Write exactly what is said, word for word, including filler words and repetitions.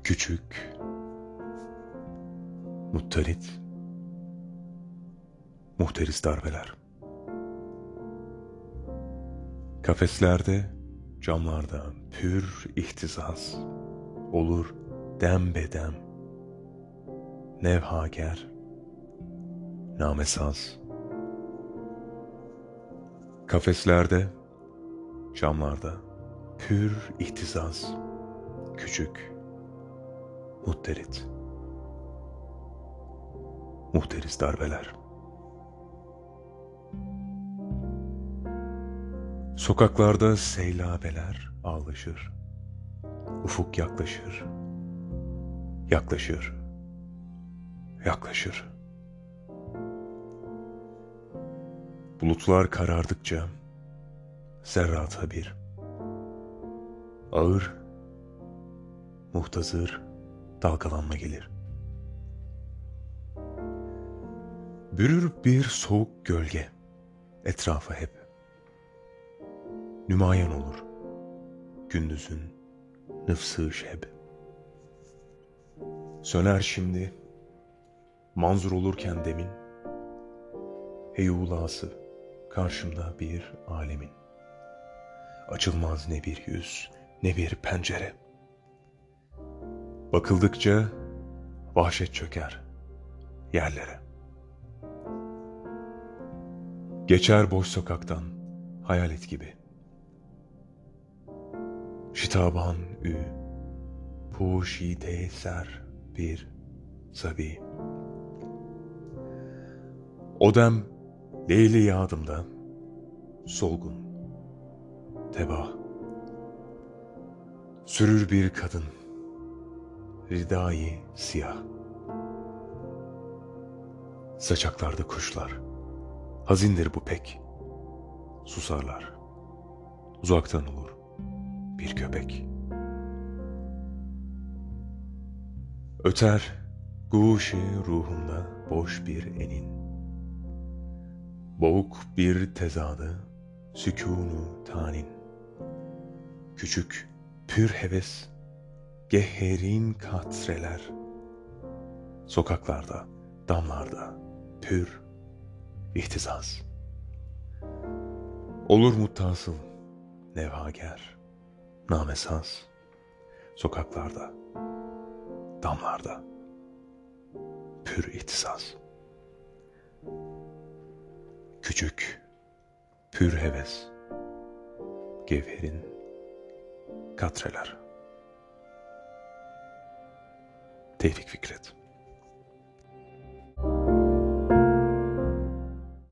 Küçük, mutterit, muhteris darbeler. Kafeslerde, camlarda pür ihtizaz, olur dem bedem, nevhager, namesaz. Kafeslerde, camlarda pür ihtizaz, küçük, mutterit, muhteris darbeler. Sokaklarda seylabeler ağlaşır, ufuk yaklaşır, yaklaşır, yaklaşır. Bulutlar karardıkça zerrata bir, ağır, muhtazır dalgalanma gelir. Bürür bir soğuk gölge etrafa hep. Nümayan olur gündüzün nıfsı şeb. Söner şimdi manzur olurken demin, heyulası karşımda bir alemin. Açılmaz ne bir yüz ne bir pencere. Bakıldıkça vahşet çöker yerlere. Geçer boş sokaktan hayalet gibi. Şitaban ü, puşide ser bir sabi. Odem leyli yadımda, solgun, tebah. Sürür bir kadın, ridai siyah. Saçaklarda kuşlar, hazindir bu pek. Susarlar, uzaktan olur bir köpek. Öter guşi ruhumda boş bir enin. Boğuk bir tezadı, sükûnu tanin. Küçük pür heves, gehherin katreler. Sokaklarda, damlarda pür ihtizaz. Olur muttasıl, nevhager, namesaz. Sokaklarda, damlarda pür ihtizaz. Küçük, pür heves, gevherin katreler. Tevfik Fikret.